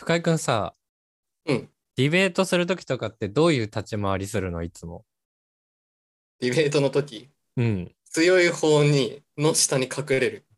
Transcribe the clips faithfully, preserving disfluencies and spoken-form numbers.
深井くんさ、 うん。 ディベートするときとかってどういう立ち回りするのいつも？ ディベートの時、 うん。 強い方に、の下に隠れる。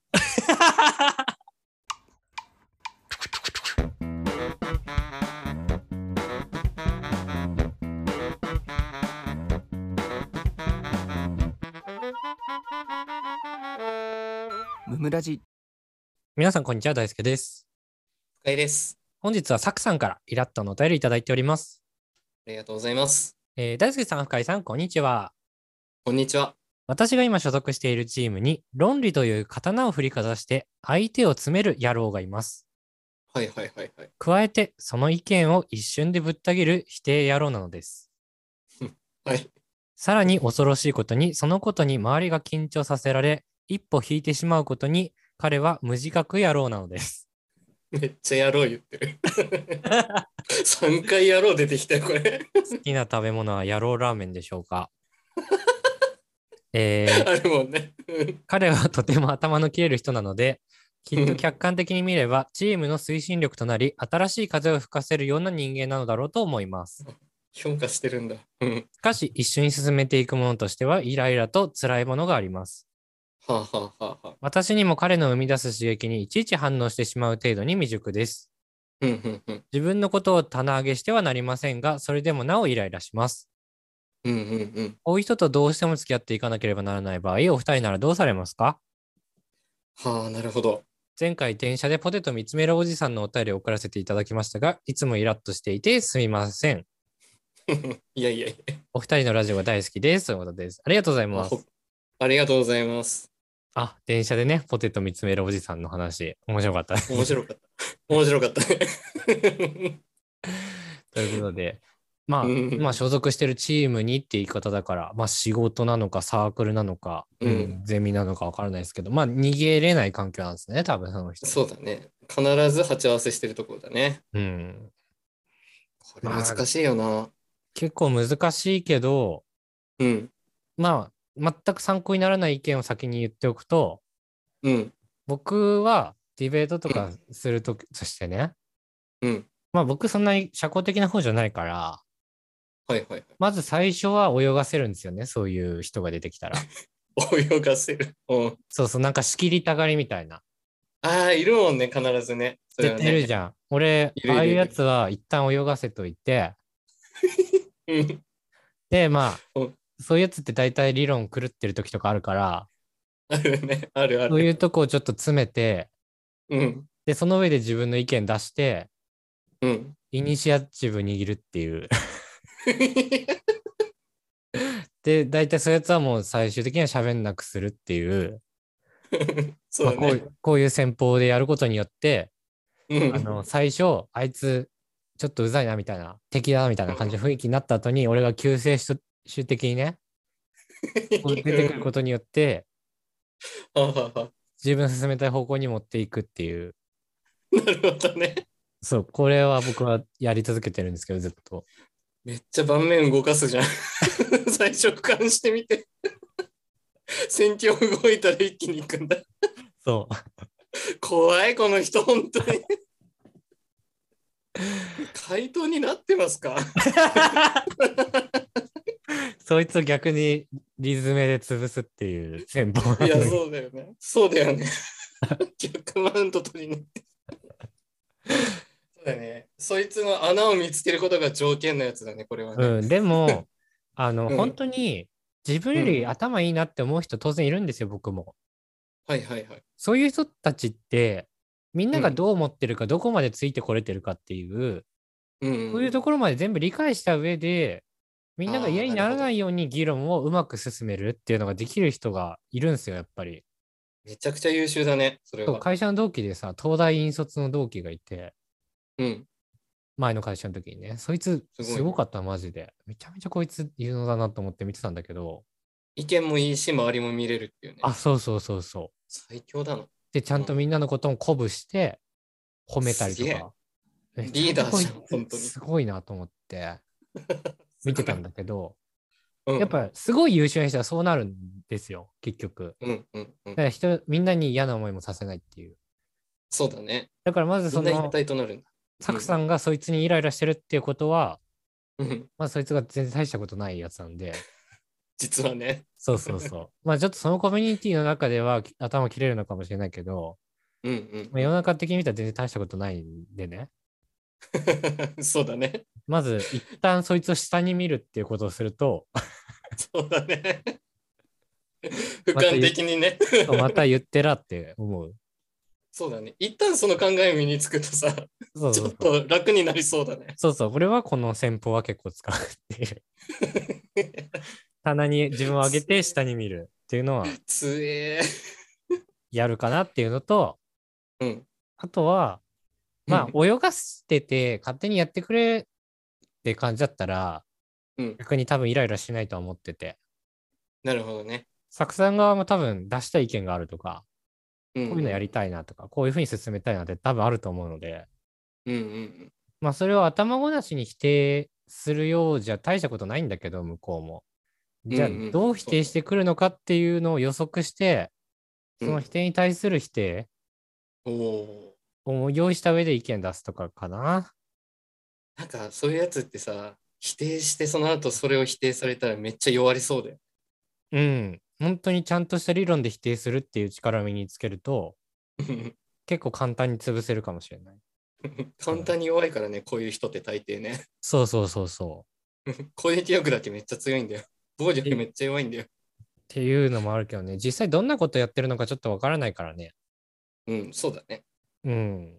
ムムラジ。 皆さんこんにちは、大輔です。 深井です。 本日はサクさんからイラッとのお便りいただいております。 ありがとうございます。 えー大輔さん、深井さん、こんにちは。 こんにちは。 私が今所属しているチームに論理という刀を振りかざして相手を詰める野郎がいます。 はいはいはいはい。 加えてその意見を一瞬でぶった切る否定野郎なのです。 はい。 さらに恐ろしいことに、そのことに周りが緊張させられ、一歩引いてしまうことに、彼は無自覚野郎なのです。 めっちゃ野郎言ってる。さんかい野郎出てきたよ、これ。 好きな食べ物は野郎ラーメンでしょうか？えーあるもんね。うん彼はとても頭の切れる人なので、きっと客観的に見れば、チームの推進力となり、新しい風を吹かせるような人間なのだろうと思います。 評価してるんだ。うん。 しかし、一緒に進めていくものとしては、イライラと辛いものがあります。 はあはあはあはあ。 私にも彼の生み出す刺激にいちいち反応してしまう程度に未熟です。 うんうんうん。 自分のことを棚上げしてはなりませんが、それでもなおイライラします。 うんうんうん。 こういう人とどうしても付き合っていかなければならない場合、お二人ならどうされますか？ はあ、なるほど。 前回電車でポテト見つめるおじさんのお便りを送らせていただきましたが、いつもイラッとしていてすみません。 いやいやいや。 お二人のラジオが大好きです。ということです。ありがとうございあ、ほ、 ます。 ありがとうございます。 あ、電車でね、ポテト見つめるおじさんの話、面白かったですね。 面白かった。面白かったね。 ということで、まあ、 うん。 まあ、所属してるチームにって言い方だから、まあ、仕事なのかサークルなのか、 うん。 うん、ゼミなのかわからないですけど、まあ、逃げれない環境なんですね、多分その人。 そうだね。必ず鉢合わせしてるところだね。 うん。 これ難まあ、 しいよな。 結構難しいけど、 うん。 まあ、全く参考にならない意見を先に言っておくと、 うん。 僕はディベートとかうん。 するときとしてね、 うん。 まあ僕そんなに社交的な方じゃないから、 はいはいはい。 まず最初は泳がせるんですよね、そういう人が出てきたら。 泳がせる。うん。 そうそう、なんか仕切りたがりみたいな。 ああ、いるもんね、必ずね。それ絶はね。 対いるじゃん。俺、 いるああいうやいるいる。 つは一旦泳がせといて、 うん。 で、まうん。 あ、そういうやつって大体理論狂ってる時とかあるから、 あるね。あるあそういうる。 とこをちょっと詰めて、 うん。 で、その上で自分の意見出して、 うん。 イニシアチブ握るっていう。で、大体そういうやつはもう最終的には喋んなくするっていう、まあ、 そうだね。 こういう、こういう戦法でやることによって、 うん。 あの、最初、あいつ、ちょっとうざいなみたいな、敵だなみたいな感じの雰囲気になった後に、俺が救世主主的にね、こう出てくることによって、 ははは。 自分進めたい方向に持っていくっていう、 なるほどね。 そう、これは僕はやり続けてるんですけど、ずっと。 めっちゃ盤面動かすじゃん。最初俯瞰してみて。戦況動いたら一気に行くんだ。 そう。 怖い、この人、本当に。回答になってますか？ そいつを逆にリズムで潰すっていう戦法いや、 なのに。 そうだよね。そうだよね。逆マウント取りに。そうだね。そいつの穴を見つけることが条件のやつだね、これはね。 うん、でも、あの、本うん。 当に自分よりうん。 頭いいなって思う人当然いるんですよ、僕も。 はいはいはい。 そういう人たちって、みんながうん。 どう思ってるか、どこまでついてこれてるかっていう、 うんうそういうとん。 ころまで全部理解した上で、みんながああ、 嫌にならななるほど。 いように議論をうまく進めるっていうのができる人がいるんですよ、やっぱり。 めちゃくちゃ優秀だね、それそう、 は。 会社の同期でさ、東大院卒の同期がいて、 うん。 前の会社の時にね、そいつすごいね。 すごかった、マジで。めちゃめちゃこいつ有能だなと思って見てたんだけど、 意見もいいし、周りも見れるっていうね。 あ、そうそうそうそう。 最強だな。 で、ちゃんとみんうん。 なのことも鼓舞して褒めたすげえ。 りとか、めちゃめちゃこいリーダーじゃん、本当に。 つすごいなと思ってすごい。 見てたんだけど、 うん。 やっぱすごい優秀な人はそうなるんですよ、結局。 うんうんうん。 だから人、みんなに嫌な思いもさせないっていう。 そうだね。 だからまずみんな一その、 体となるんだ。 サクさんがそいつにイライラしてるっていうことは、 うん、 まあそいつが全然大したことないやつなんで、 実はね。 そうそうそう。まあちょっとそのコミュニティの中では頭切れるのかもしれないけど、 うんうんまあ、世の中的に見たら全然大したことないんでね。 うん。そうだね。 まず一旦そいつを下に見るっていうことをすると、 そうだね。俯瞰また言っ的にね。 また言ってらって思う。 そうだね。一旦その考え身につくとさ、ちょっそうそうそう。 と楽になりそうだね。 そうそう。俺はこの戦法は結構使うっていう。棚に自分を上げて下に見るっていうのはつえー。 やるかなっていうのと、 うん。 あとは、まあ、泳がしてて勝手にやってくれって感じだったら、 うん。 逆に多分イライラしないとは思ってて、 なるほどね。 作さん側も多分出したい意見があるとか、 うんうこういうのやりん。 たいなとか、こういうふうに進めたいなって多分あると思うので、 うんうんまあ、それを頭ごなしに否定するようじゃ大したことないんだけど、向こうも。 うん。うじゃあ、 んうん。 どう否そうだね。 定してくるのかっていうのを予測して、そのうん。 否定に対する否定おお。 を用意した上で意見出すとかかな。 なんかそういうやつってさ、否定してその後それを否定されたらめっちゃ弱りそうだよ。 うん。本当にちゃんとした理論で否定するっていう力を身につけると、結構簡単に潰せるかもしれない。うん、 簡単に弱いからね、こういう人って大抵ね。 そうそうそうそう。 攻撃力だけめっちゃ強いんだよ。暴えっ力めっちゃ弱いんだよ。 ていうのもあるけどね、実際どんなことやってるのかちょっとわからないからね。 うん、そうだね。 うん。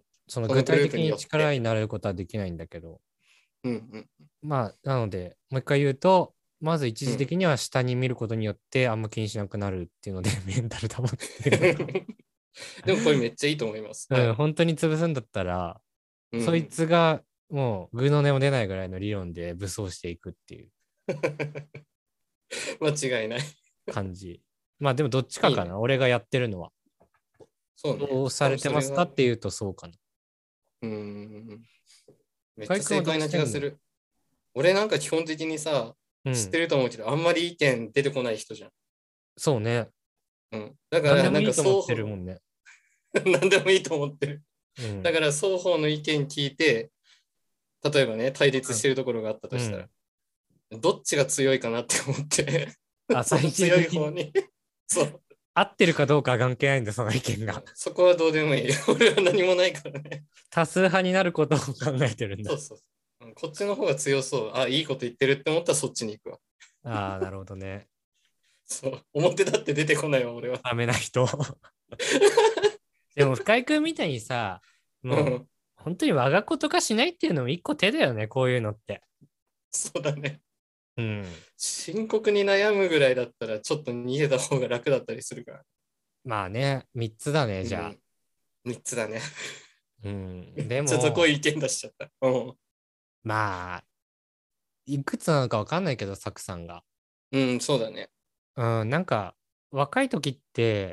そのその具体的グループによって。 に力になれることはできないんだけど。 うんうんまあ、なので、もう一回言うと、まず一うん。 時的には下に見ることによってあんま気にしなくなるっていうので、メンタル保つっていうのと、 でもこれめっちゃいいと思います。はうん、 い。 本当に潰すんだったら、そいうん。 つがもう具の根も出ないぐらいの理論で武装していくっていう間違いない。 感じ。まあでもどっちかいいね。 かな、俺がやってるのは。 そうね。 どうさ多分れてますかそれが、 っていうとそうかな。 うん。めっちゃ深井君はどう正解なしてんの？ 気がする。俺なんか基本的にさ、 うん。 知ってると思うけど、あんまり意見出てこない人じゃん。 そうね。 うん。だか何でら、なんかもいいと思っ双方、 てるもんね。 何でもいいと思ってる。 うん。 だから双方の意見聞いて、例えばね、対立してるところがあったとしたら、 うん。 どっちが強いかなって思ってあ、 そ最の強い終的に方にそう、 合ってるかどうかは関係ないんだ、その意見が。 そこはどうでもいい。俺は何もないからね。 多数派になることを考えてるんだ。 そうそうそう。こっちの方が強そう。あ、いいこと言ってるって思ったらそっちに行くわ。 ああ、なるほどね。 そう。表だって出てこないわ、俺は。 ダメな人。でも、深井君みたいにさ、もう、 うん。 本当に我がことかしないっていうのも一個手だよね、こういうのって。 そうだね。 うん。 深刻に悩むぐらいだったら、ちょっと逃げた方が楽だったりするから。 まあね、三つだね、じゃあ。 うん。みっつだね。 うん。 めっでちゃそこいも、 意見出しちゃった。うん。 まあ、いくつなのかわかんないけど、サクさんが。 うん、そうだね。 うん、なんか、若い時って、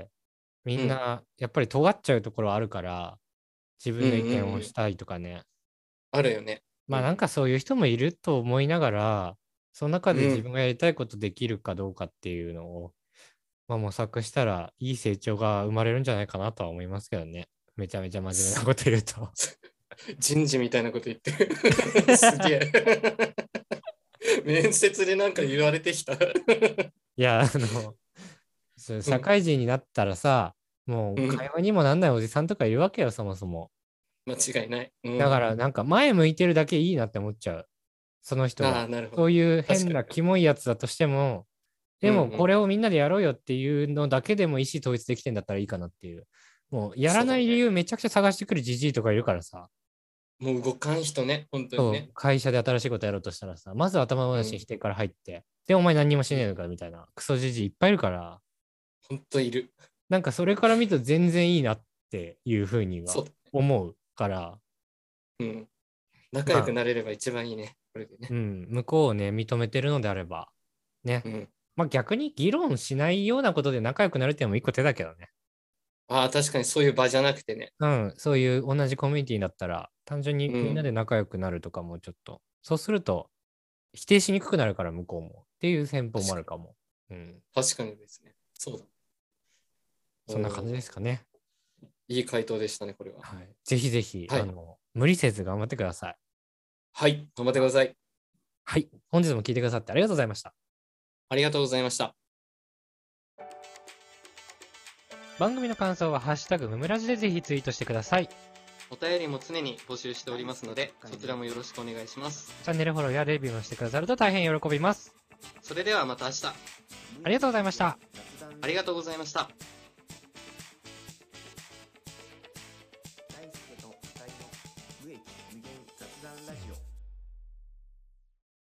みうん。 んな、やっぱり尖っちゃうところあるから、自うん分の意見うんうん。 をしたいとかね。 あるよね。うん。 まあなんかそういう人もいると思いながら、その中で自うん。 分がやりたいことできるかどうかっていうのを、まあ、模索したらいい成長が生まれるんじゃないかなとは思いますけどね。めちゃめちゃ真面目なこと言うと。 人事みたいなこと言ってる。すげえ。面接でなんか言われてきた。 いや、あの、そううん。 社会人になったらさ、もううん。 会話にもなんないおじさんとかいるわけよ、そもそも。 間違いない。うだかん。 らなんか前向いてるだけいいなって思っちゃう。その人ああ、 が。 なるほど。 そういう変確かに。 なキモいやつだとしても、でもこうんうん。 れをみんなでやろうよっていうのだけでも意思統一できてんだったらいいかなっていう。もうやらない理そうだね。 由めちゃくちゃ探してくるじじいとかいるからさ。 もう動かん人ね。本当にね。 そう、会社で新しいことやろうとしたらさ、まず頭うん。 ごなしに否定から入って、で、お前何にもしいる。 ねえのかみたいなクソじじいいっぱいいるから、 本当いる。 なんかそれから見ると全然いいなっていうふうにはそうだ。 思うから、 うん。仲まあ、 良くなれれば一番いいね。これでね。 うん、向こうをね、認めてるのであれば、ね。 うん。 まあ逆に議論しないようなことで仲良くなるっていうのも一個手だけどね。 ああ、確かにそういう場じゃなくてね。 うん、そういう同じコミュニティだったら、単純にみんなうん。 で仲良くなるとかもちょっと、そうすると、否定しにくくなるから向こうも。っていう戦法もあ確かに。 るかも。うん。 確かにですね。そうだ。おそんな感じでお。 すかね。 いい回答でしたね、これは。 はい。ぜひぜひ、 はい。 あの、 無理せず頑張ってください。 はい、頑張ってください。 はい。本日も聞いてくださってありがとうございました。 ありがとうございました。 番組の感想はハッシュタグムムラジでぜひツイートしてください。 お便りも常に募集しておりますので、そちらもよろしくお願いします。 チャンネルフォローやレビューもしてくださると大変喜びます。 それではまた明日。 ありがとうございました。 ありがとうございました。 大輔と二人の無益無限雑談ラジオ。